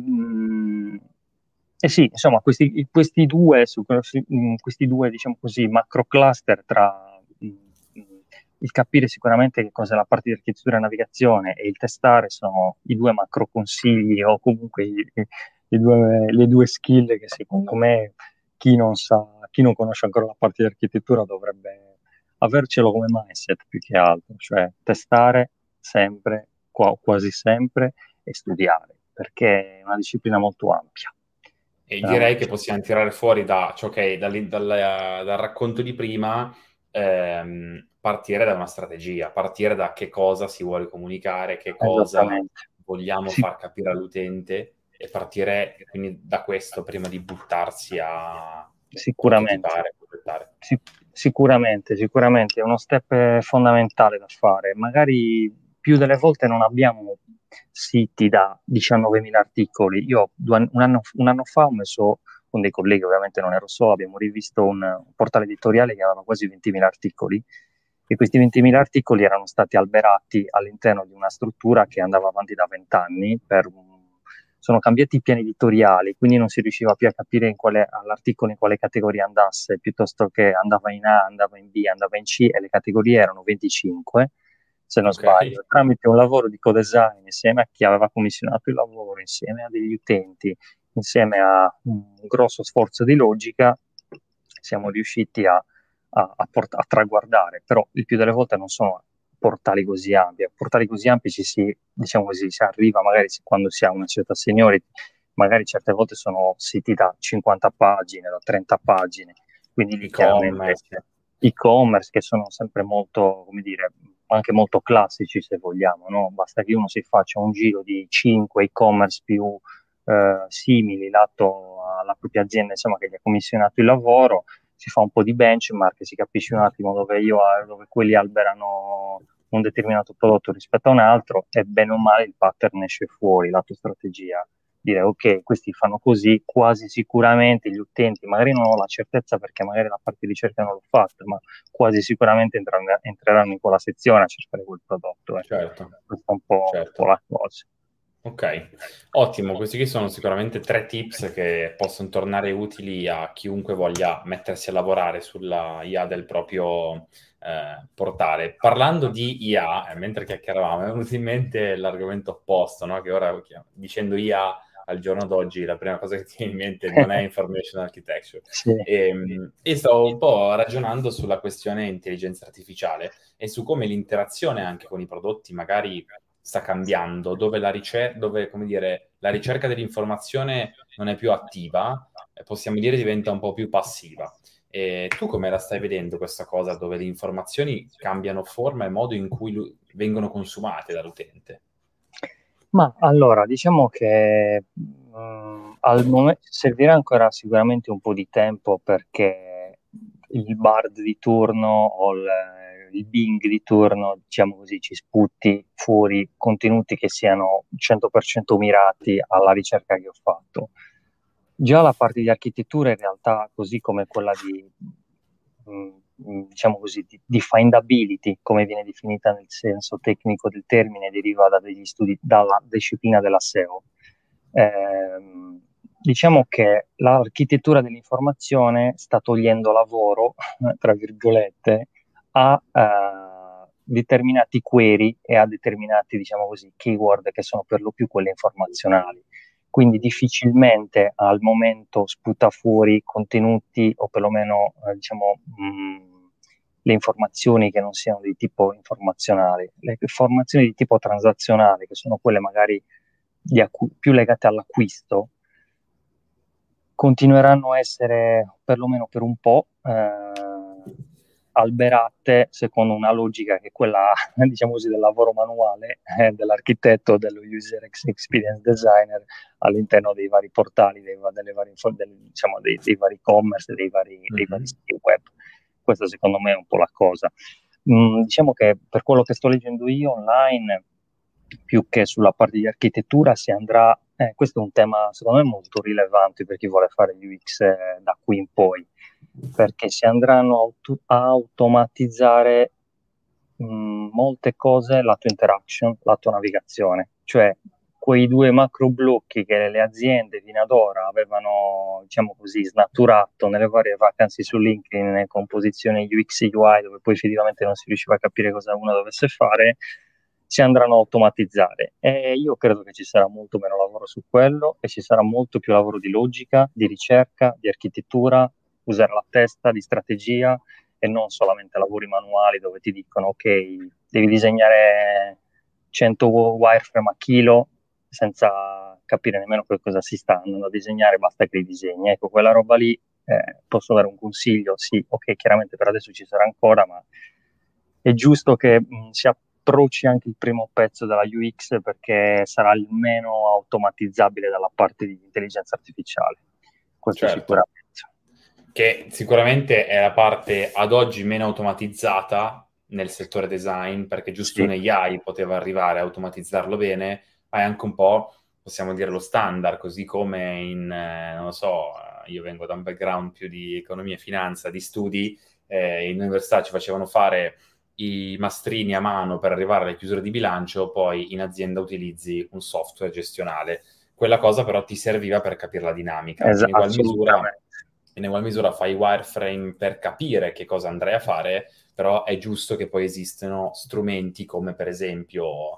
sì, insomma, questi due, questi due, diciamo così, macro cluster tra il capire sicuramente che cos'è la parte di architettura e navigazione e il testare sono i due macro consigli o comunque le due skill che secondo me chi non sa, chi non conosce ancora la parte di architettura dovrebbe avercelo come mindset più che altro, cioè testare sempre, quasi sempre e studiare, perché è una disciplina molto ampia. E direi che Veramente. possiamo tirare fuori da, cioè, ok, dal racconto di prima, partire da una strategia, partire da che cosa si vuole comunicare, che cosa Esattamente. vogliamo Sì, far capire all'utente e partire quindi da questo prima di buttarsi a sicuramente. prototipare, progettare. Sicuramente è uno step fondamentale da fare. Magari più delle volte non abbiamo siti da 19.000 articoli. Io un anno fa ho messo con dei colleghi, ovviamente non ero solo, abbiamo rivisto un portale editoriale che aveva quasi 20.000 articoli e questi 20.000 articoli erano stati alberati all'interno di una struttura che andava avanti da 20 anni sono cambiati i piani editoriali, quindi non si riusciva più a capire all'articolo in quale categoria andasse, piuttosto che andava in A, andava in B, andava in C e le categorie erano 25, se non Ok, sbaglio, tramite un lavoro di co-design insieme a chi aveva commissionato il lavoro, insieme a degli utenti, insieme a un grosso sforzo di logica, siamo riusciti a traguardare, però il più delle volte non sono portali così ampi. A portali così ampi diciamo così, si arriva magari quando si ha una certa seniority, magari certe volte sono siti da 50 pagine, da 30 pagine, quindi lì chiaramente e-commerce. e-commerce che sono sempre molto, come dire, anche molto classici se vogliamo, no? Basta che uno si faccia un giro di 5 e-commerce più simili lato alla propria azienda, insomma, che gli ha commissionato il lavoro, si fa un po' di benchmark, si capisce un attimo dove quelli alberano un determinato prodotto rispetto a un altro e bene o male il pattern esce fuori, la tua strategia. Dire ok, questi fanno così, quasi sicuramente gli utenti, magari non ho la certezza perché magari la parte di ricerca non l'ho fatta, ma quasi sicuramente entreranno in quella sezione a cercare quel prodotto. Certo, Questa è un po' certo. la cosa. Ok, ottimo. Questi qui sono sicuramente tre tips che possono tornare utili a chiunque voglia mettersi a lavorare sulla IA del proprio portale. Parlando di IA, mentre chiacchieravamo, è venuto in mente l'argomento opposto, no? Che ora, dicendo IA al giorno d'oggi, la prima cosa che ti viene in mente non è information architecture. Sì. E sto un po' ragionando sulla questione intelligenza artificiale e su come l'interazione anche con i prodotti magari sta cambiando, dove, come dire, la ricerca dell'informazione non è più attiva, possiamo dire diventa un po' più passiva. E tu come la stai vedendo questa cosa, dove le informazioni cambiano forma e modo in cui vengono consumate dall'utente? Ma allora, diciamo che al momento servirà ancora sicuramente un po' di tempo perché il Bard di turno o il Bing di turno, diciamo così, ci sputti fuori contenuti che siano 100% mirati alla ricerca che ho fatto. Già la parte di architettura in realtà, così come quella diciamo così, di findability, come viene definita nel senso tecnico del termine, deriva da degli studi, dalla disciplina della SEO. Diciamo che l'architettura dell'informazione sta togliendo lavoro, tra virgolette, a determinati query e a determinati, diciamo così, keyword che sono per lo più quelle informazionali. Quindi difficilmente al momento sputa fuori contenuti o perlomeno, diciamo, le informazioni che non siano di tipo informazionale. Le informazioni di tipo transazionale, che sono quelle magari più legate all'acquisto, continueranno a essere perlomeno per un po' alberate secondo una logica che è quella, diciamo così, del lavoro manuale dell'architetto, dello user experience designer all'interno dei vari portali, diciamo, dei vari commerce, dei vari siti web. Questa secondo me è un po' la cosa. Diciamo che per quello che sto leggendo io online, più che sulla parte di architettura, si andrà, questo è un tema secondo me molto rilevante per chi vuole fare UX da qui in poi, perché si andranno a automatizzare molte cose lato interaction, lato navigazione, cioè quei due macro blocchi che le aziende fino ad ora avevano, diciamo così, snaturato nelle varie vacanze su LinkedIn con posizioni UX e UI, dove poi effettivamente non si riusciva a capire cosa uno dovesse fare, si andranno a automatizzare. E io credo che ci sarà molto meno lavoro su quello e ci sarà molto più lavoro di logica, di ricerca, di architettura, usare la testa, di strategia e non solamente lavori manuali dove ti dicono ok, devi disegnare 100 wireframe a chilo senza capire nemmeno che cosa si sta andando a disegnare, basta che li disegni. Ecco, quella roba lì, posso dare un consiglio? Sì, ok, chiaramente per adesso ci sarà ancora, ma è giusto che si approcci anche il primo pezzo della UX perché sarà il meno automatizzabile dalla parte di intelligenza artificiale. Questo Certo. sicuramente. Che sicuramente è la parte ad oggi meno automatizzata nel settore design, perché giusto Sì. un AI poteva arrivare a automatizzarlo bene, ma è anche un po', possiamo dire, lo standard, così come non lo so, io vengo da un background più di economia e finanza, di studi, in università ci facevano fare i mastrini a mano per arrivare alle chiusure di bilancio, poi in azienda utilizzi un software gestionale. Quella cosa però ti serviva per capire la dinamica. Assolutamente. In egual misura fai wireframe per capire che cosa andrai a fare, però è giusto che poi esistano strumenti come per esempio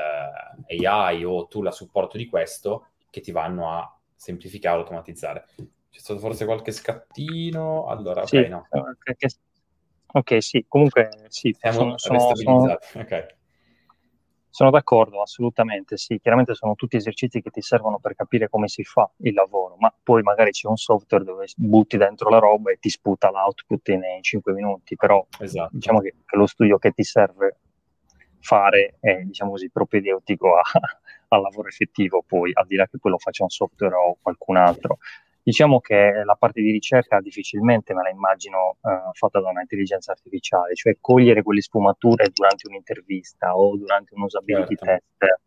AI o tool a supporto di questo che ti vanno a semplificare, automatizzare. C'è stato forse qualche scattino? Allora, ok, Sì, no. ok, sì, comunque sì, Siamo restabilizzati, ok. sono d'accordo, assolutamente, sì. Chiaramente sono tutti esercizi che ti servono per capire come si fa il lavoro, ma poi magari c'è un software dove butti dentro la roba e ti sputa l'output in 5 minuti, però Esatto. diciamo che lo studio che ti serve fare è, diciamo così, propedeutico al lavoro effettivo, poi al di là che poi lo faccia un software o qualcun altro. Diciamo che la parte di ricerca difficilmente me la immagino fatta da un'intelligenza artificiale, cioè cogliere quelle sfumature durante un'intervista o durante un usability Certo. test.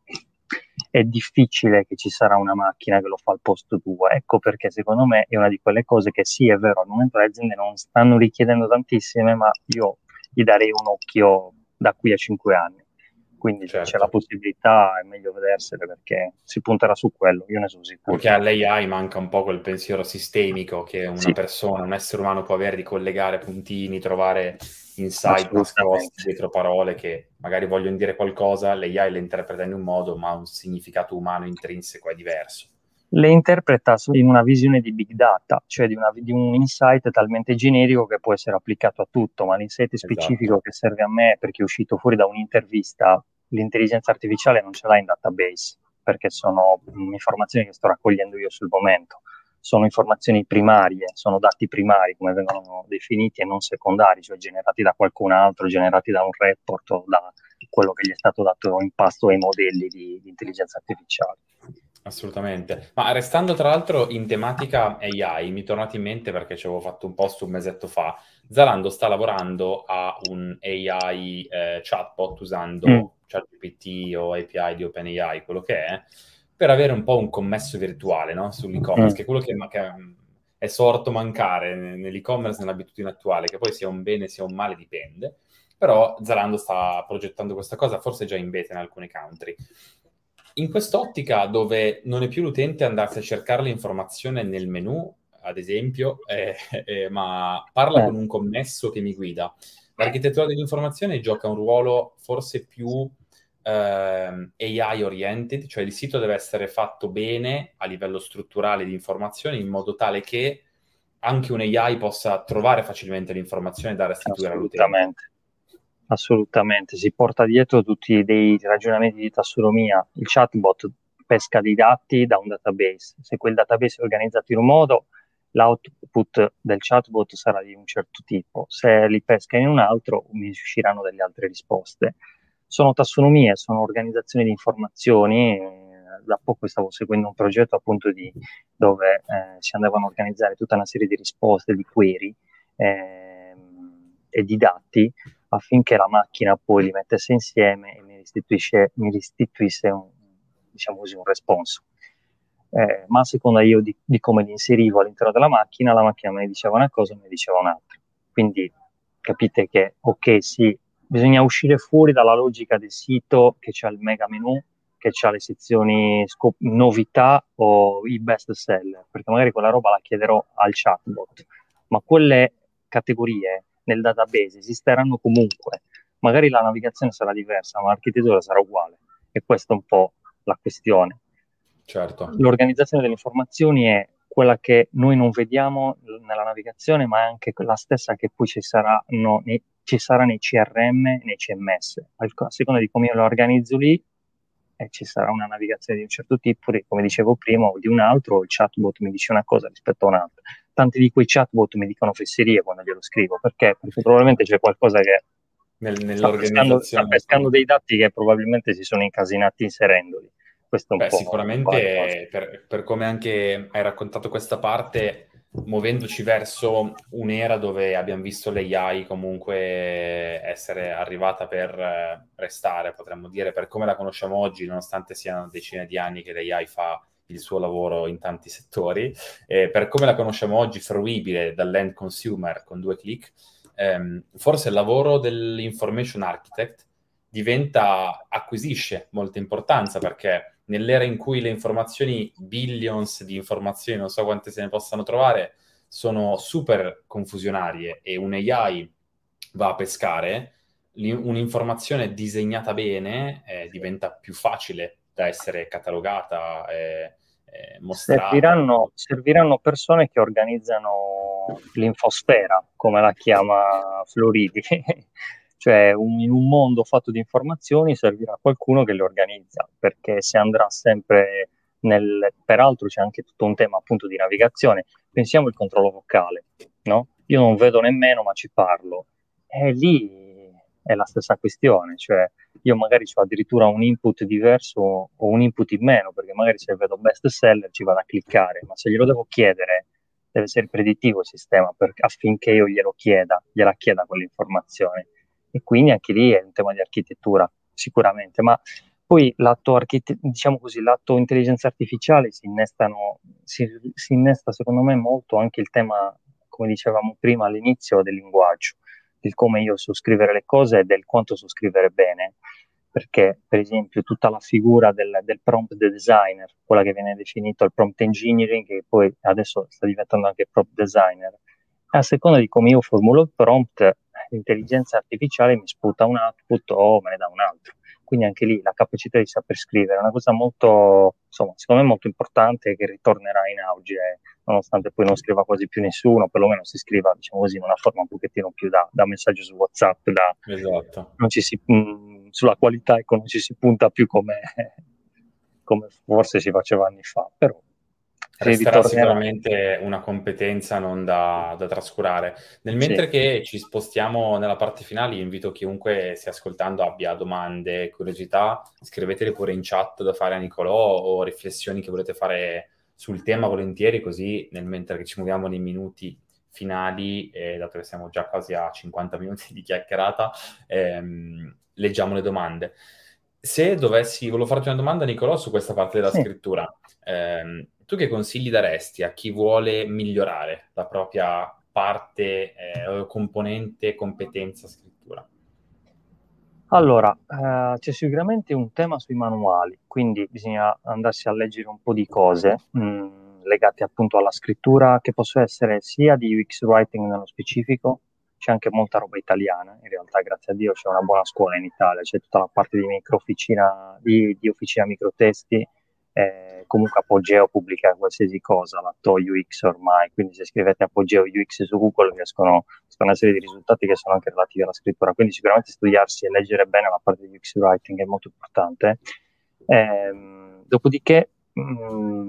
È difficile che ci sarà una macchina che lo fa al posto tuo. Ecco perché secondo me è una di quelle cose che sì, è vero, al momento le aziende non stanno richiedendo tantissime, ma io gli darei un occhio da qui a 5 anni. Quindi se c'è la Certo. possibilità è meglio vedersele perché si punterà su quello, io ne sono sicuro. Perché all'AI manca un po' quel pensiero sistemico che una Sì, persona, un essere umano può avere di collegare puntini, trovare insight nascosti assolutamente. dietro parole che magari vogliono dire qualcosa, l'AI le interpreta in un modo, ma un significato umano intrinseco è diverso. Le interpreta in una visione di big data, cioè di un insight talmente generico che può essere applicato a tutto, ma l'insight Esatto, specifico che serve a me perché è uscito fuori da un'intervista, l'intelligenza artificiale non ce l'ha in database, perché sono informazioni che sto raccogliendo io sul momento. Sono informazioni primarie, sono dati primari come vengono definiti e non secondari, cioè generati da qualcun altro, generati da un report o da quello che gli è stato dato in pasto ai modelli di intelligenza artificiale. assolutamente. Ma restando tra l'altro in tematica AI, mi è tornato in mente perché ci avevo fatto un post un mesetto fa. Zalando sta lavorando a un AI chatbot Mm, usando ChatGPT o API di OpenAI, quello che è, per avere un po' un commesso virtuale, no? Sull'e-commerce, mm. che è quello che è sorto mancare nell'e-commerce, nell'abitudine attuale, che poi sia un bene sia un male dipende. Però Zalando sta progettando questa cosa, forse già in beta in alcuni country. In quest'ottica dove non è più l'utente andarsi a cercare l'informazione nel menu, ad esempio, ma parla Eh, con un commesso che mi guida, l'architettura dell'informazione gioca un ruolo forse più AI oriented, cioè il sito deve essere fatto bene a livello strutturale di informazioni in modo tale che anche un AI possa trovare facilmente l'informazione da restituire all'utente. assolutamente, assolutamente. Si porta dietro tutti dei ragionamenti di tassonomia. Il chatbot pesca dei dati da un database. Se quel database è organizzato in un modo, l'output del chatbot sarà di un certo tipo, se li pesca in un altro mi usciranno delle altre risposte. Sono tassonomie, sono organizzazioni di informazioni. Da poco stavo seguendo un progetto appunto dove si andavano a organizzare tutta una serie di risposte, di query e di dati affinché la macchina poi li mettesse insieme e mi restituisse diciamo così, un responso. Ma a seconda io di come li inserivo all'interno della macchina, la macchina me ne diceva una cosa e me ne diceva un'altra. Quindi capite che, ok, sì, bisogna uscire fuori dalla logica del sito che c'ha il mega menu, che c'ha le sezioni novità o i best seller, perché magari quella roba la chiederò al chatbot, ma quelle categorie nel database esisteranno comunque. Magari la navigazione sarà diversa, ma l'architettura sarà uguale. E questa è un po' la questione. Certo. L'organizzazione delle informazioni è quella che noi non vediamo nella navigazione, ma è anche la stessa che poi ci sarà nei CRM, nei CMS. A seconda di come io lo organizzo lì, ci sarà una navigazione di un certo tipo, come dicevo prima, o di un altro, o il chatbot mi dice una cosa rispetto a un'altra. Tanti di quei chatbot mi dicono fesserie quando glielo scrivo, perché? Perché probabilmente c'è qualcosa che sta Nell'organizzazione. pescando dei dati che probabilmente si sono incasinati inserendoli. Questo è un Beh, po' la cosa. sicuramente per come anche hai raccontato questa parte, muovendoci verso un'era dove abbiamo visto l'AI comunque essere arrivata per restare, potremmo dire, per come la conosciamo oggi, nonostante siano decine di anni che l'AI fa il suo lavoro in tanti settori, per come la conosciamo oggi, fruibile dall'end consumer con 2 clic, forse il lavoro dell'information architect acquisisce molta importanza perché nell'era in cui le informazioni, billions di informazioni, non so quante se ne possano trovare, sono super confusionarie e un AI va a pescare, un'informazione disegnata bene diventa più facile da essere catalogata, mostrata. Serviranno persone che organizzano l'infosfera, come la chiama Floridi. Cioè, in un mondo fatto di informazioni servirà qualcuno che le organizza, perché si andrà sempre Peraltro c'è anche tutto un tema appunto di navigazione. Pensiamo al controllo vocale, no? Io non vedo nemmeno, ma ci parlo. E lì è la stessa questione, cioè io magari ho addirittura un input diverso o un input in meno, perché magari se vedo best seller ci vado a cliccare, ma se glielo devo chiedere deve essere predittivo il sistema affinché io gliela chieda quell'informazione. E quindi anche lì è un tema di architettura, sicuramente, ma poi diciamo così, l'atto intelligenza artificiale si innesta secondo me molto anche il tema, come dicevamo prima all'inizio, del linguaggio, del come io so scrivere le cose e del quanto so scrivere bene. Perché, per esempio, tutta la figura del prompt designer, quella che viene definito il prompt engineering, che poi adesso sta diventando anche prompt designer, a seconda di come io formulo il prompt, l'intelligenza artificiale mi sputa un output o me ne dà un altro. Quindi anche lì la capacità di saper scrivere è una cosa molto, insomma, secondo me molto importante che ritornerà in auge, nonostante poi non scriva quasi più nessuno, perlomeno si scriva, diciamo così, in una forma un pochettino più da messaggio su WhatsApp, Esatto. sulla qualità, ecco, non ci si punta più come forse si faceva anni fa, però si Resterà ritornerà. sicuramente una competenza non da trascurare. Nel Sì. mentre che ci spostiamo nella parte finale, io invito chiunque stia ascoltando abbia domande, curiosità, scrivetele pure in chat da fare a Nicolò o riflessioni che volete fare sul tema volentieri, così nel mentre che ci muoviamo nei minuti finali, dato che siamo già quasi a 50 minuti di chiacchierata, leggiamo le domande. Se volevo farti una domanda, Nicolò, su questa parte della Sì. scrittura. Tu che consigli daresti a chi vuole migliorare la propria parte, componente, competenza scrittura? Allora, c'è sicuramente un tema sui manuali, quindi bisogna andarsi a leggere un po' di cose legate appunto alla scrittura, che possono essere sia di UX writing nello specifico, c'è anche molta roba italiana, in realtà grazie a Dio c'è una buona scuola in Italia, c'è tutta la parte di microofficina, di officina microtesti, comunque Apogeo pubblica qualsiasi cosa, l'atto UX ormai, quindi se scrivete Apogeo UX su Google vi escono una serie di risultati che sono anche relativi alla scrittura, quindi sicuramente studiarsi e leggere bene la parte di UX writing è molto importante. Dopodiché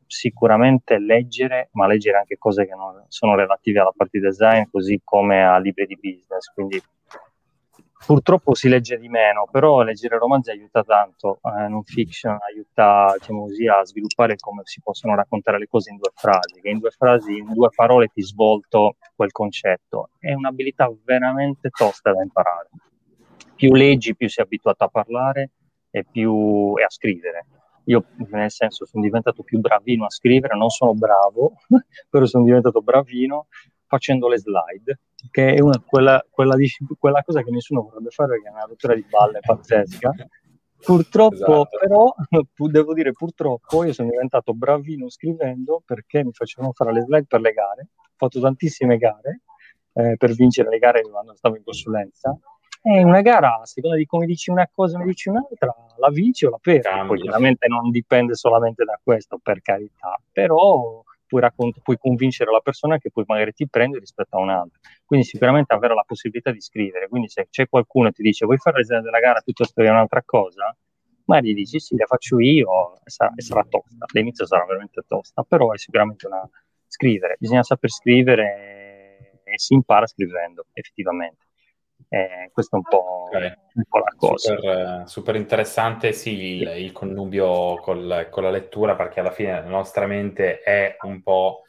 sicuramente leggere, ma leggere anche cose che non sono relative alla parte di design, così come a libri di business. Quindi purtroppo si legge di meno, però leggere romanzi aiuta tanto, non fiction aiuta, diciamo così, a sviluppare come si possono raccontare le cose in due frasi, che in due frasi, in due parole ti svolto quel concetto. È un'abilità veramente tosta da imparare. Più leggi, più sei abituato a parlare e a scrivere. Io, nel senso, sono diventato più bravino a scrivere, non sono bravo, però sono diventato bravino facendo le slide, che è quella cosa che nessuno vorrebbe fare perché è una rottura di balle pazzesca. Purtroppo, Esatto. però, devo dire purtroppo, io sono diventato bravino scrivendo perché mi facevano fare le slide per le gare. Ho fatto tantissime gare per vincere le gare quando stavo in consulenza. E una gara, a seconda di come dici una cosa e ne dici un'altra, la vinci o la perdi. Poi Cambia. chiaramente non dipende solamente da questo, per carità, però puoi convincere la persona che poi magari ti prende rispetto a un'altra. Quindi sicuramente avere la possibilità di scrivere. Quindi se c'è qualcuno che ti dice vuoi fare l'esame della gara piuttosto che un'altra cosa, ma gli dici sì, la faccio io e sarà tosta. All'inizio sarà veramente tosta, però è sicuramente una scrivere. Bisogna saper scrivere e si impara scrivendo, effettivamente. Questa è Ok. un po' la cosa. Super, super interessante, sì, Sì, il connubio con la lettura, perché alla fine la nostra mente è un po'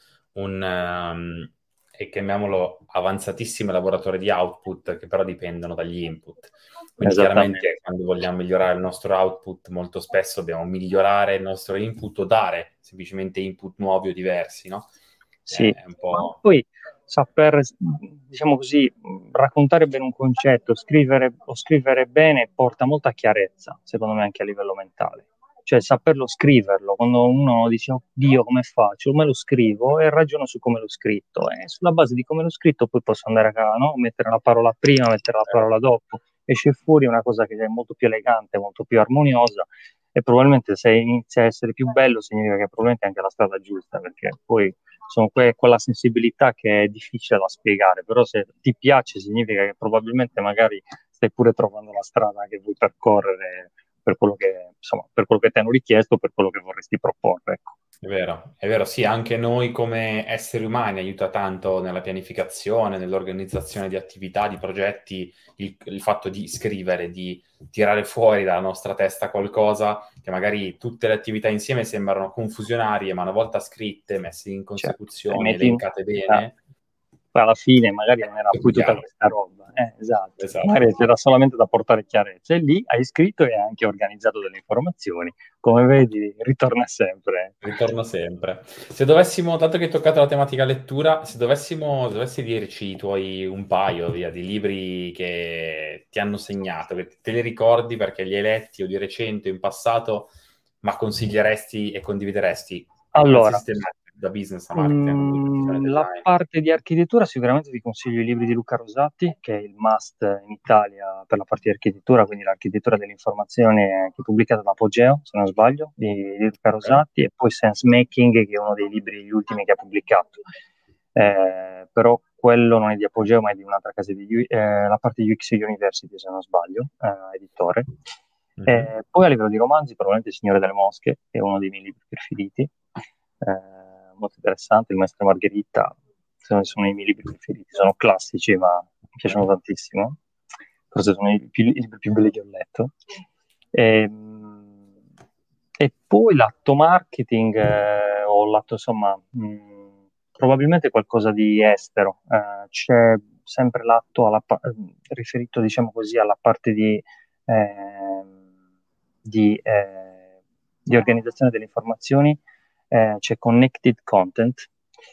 e chiamiamolo avanzatissimo elaboratore di output, che però dipendono dagli input. Quindi esattamente. chiaramente quando vogliamo migliorare il nostro output, molto spesso dobbiamo migliorare il nostro input o dare semplicemente input nuovi o diversi, no? Sì, È un ma po'... poi saper, diciamo così, raccontare bene un concetto, scrivere bene porta molta chiarezza, secondo me, anche a livello mentale. Cioè, saperlo scriverlo, quando uno dice, oddio, come faccio? Me lo scrivo e ragiono su come l'ho scritto. E sulla base di come l'ho scritto poi posso andare a, no? Mettere la parola prima, mettere la parola dopo. Esce fuori una cosa che è molto più elegante, molto più armoniosa e probabilmente se inizia a essere più bello significa che probabilmente è anche la strada giusta, perché poi sono quella sensibilità che è difficile da spiegare, però se ti piace significa che probabilmente magari stai pure trovando la strada che vuoi percorrere per quello che, insomma, per quello che ti hanno richiesto, per quello che vorresti proporre. Ecco. È vero, sì, anche noi come esseri umani aiuta tanto nella pianificazione, nell'organizzazione di attività, di progetti, il fatto di scrivere, di tirare fuori dalla nostra testa qualcosa che magari tutte le attività insieme sembrano confusionarie, ma una volta scritte, messe in Certo, se consecuzione, metti in... elencate ah, bene, poi alla fine magari non era è più poi tutta chiaro. questa roba, esatto, Esatto. magari c'era solamente da portare chiarezza e lì hai scritto e hai anche organizzato delle informazioni, come vedi ritorna sempre. Ritorno sempre. Se dovessimo, dato che hai toccato la tematica lettura, se dovessi dirci i tuoi un paio via, di libri che ti hanno segnato, che te li ricordi perché li hai letti o di recente o in passato, ma consiglieresti e condivideresti in Allora, qualsiasi tema, da business a marketing, a comunicazione, La design. parte di architettura sicuramente ti consiglio i libri di Luca Rosati, che è il must in Italia per la parte di architettura, quindi l'architettura dell'informazione che è pubblicata da Apogeo, se non sbaglio, di Luca Ok? Rosati, e poi Sense Making, che è uno dei libri gli ultimi che ha pubblicato. Però quello non è di Apogeo, ma è di un'altra casa la parte di UX University, se non sbaglio, editore. Mhm. Poi a livello di romanzi, probabilmente Il Signore delle Mosche, che è uno dei miei libri preferiti, molto interessante. Il Maestro e Margherita sono i miei libri preferiti, sono classici, ma mi piacciono Ok. tantissimo. Forse sono i libri più belli che ho letto. E poi l'atto marketing, o l'atto, insomma, probabilmente qualcosa di estero. C'è sempre l'atto riferito, diciamo così, alla parte di, eh, di organizzazione delle informazioni. C'è Connected Content,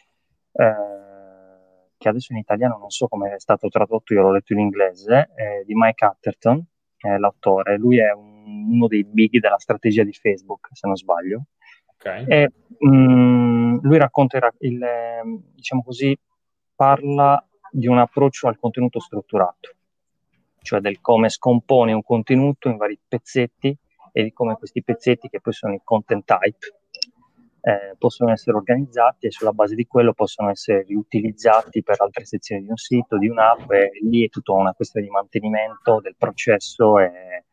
che adesso in italiano non so come è stato tradotto, io l'ho letto in inglese, di Mike Atherton, che è l'autore. Lui è uno dei big della strategia di Facebook, se non sbaglio. Ok. E, lui racconta diciamo così, parla di un approccio al contenuto strutturato, cioè del come scompone un contenuto in vari pezzetti e di come questi pezzetti, che poi sono i content type, possono essere organizzati e sulla base di quello possono essere riutilizzati per altre sezioni di un sito, di un'app, e lì è tutta una questione di mantenimento del processo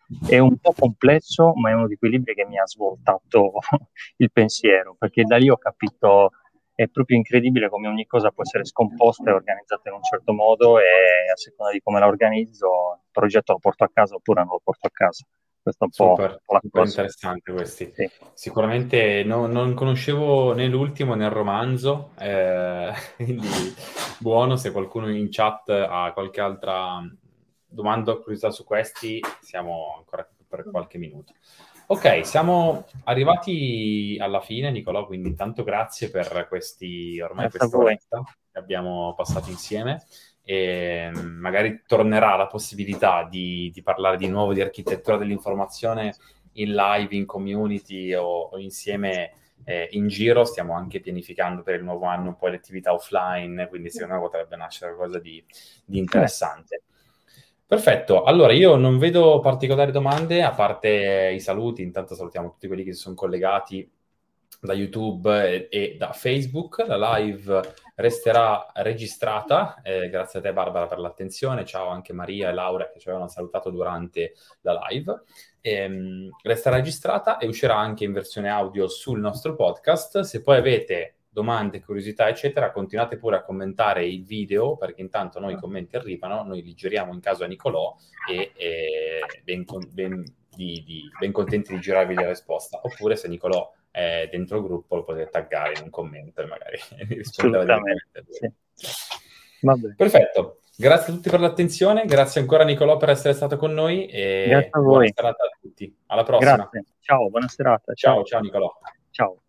È un po' complesso, ma è uno di quei libri che mi ha svoltato il pensiero, perché da lì ho capito, è proprio incredibile come ogni cosa può essere scomposta e organizzata in un certo modo, e a seconda di come la organizzo, il progetto lo porto a casa oppure non lo porto a casa. Questo è Super, un po' la super cosa. interessante questi. Sì. Sicuramente non conoscevo né l'ultimo né il romanzo, quindi buono, se qualcuno in chat ha qualche altra domanda o curiosità su questi, siamo ancora qui per qualche minuto. Ok, siamo arrivati alla fine, Nicolò, quindi intanto grazie per ormai Grazie a voi. quest'oretta che abbiamo passato insieme. E magari tornerà la possibilità di parlare di nuovo di architettura dell'informazione in live, in community o insieme in giro. Stiamo anche pianificando per il nuovo anno un po' le attività offline, quindi secondo me potrebbe nascere qualcosa di interessante. Perfetto, allora io non vedo particolari domande, a parte i saluti. Intanto salutiamo tutti quelli che si sono collegati da YouTube e da Facebook. La live resterà registrata, grazie a te Barbara per l'attenzione, ciao anche Maria e Laura che ci avevano salutato durante la live. Resterà registrata e uscirà anche in versione audio sul nostro podcast. Se poi avete domande, curiosità, eccetera, continuate pure a commentare il video, perché intanto noi i commenti arrivano, noi li giriamo in caso a Nicolò e ben contenti di girarvi la risposta. Oppure se Nicolò è dentro il gruppo lo potete taggare in un commento e magari vi risponderà Assolutamente, direttamente. sì. Va bene. Perfetto, grazie a tutti per l'attenzione, grazie ancora Nicolò per essere stato con noi Grazie e a buona voi. serata a tutti. Alla prossima. Grazie. Ciao, buona serata. Ciao, Ciao. ciao Nicolò. Ciao.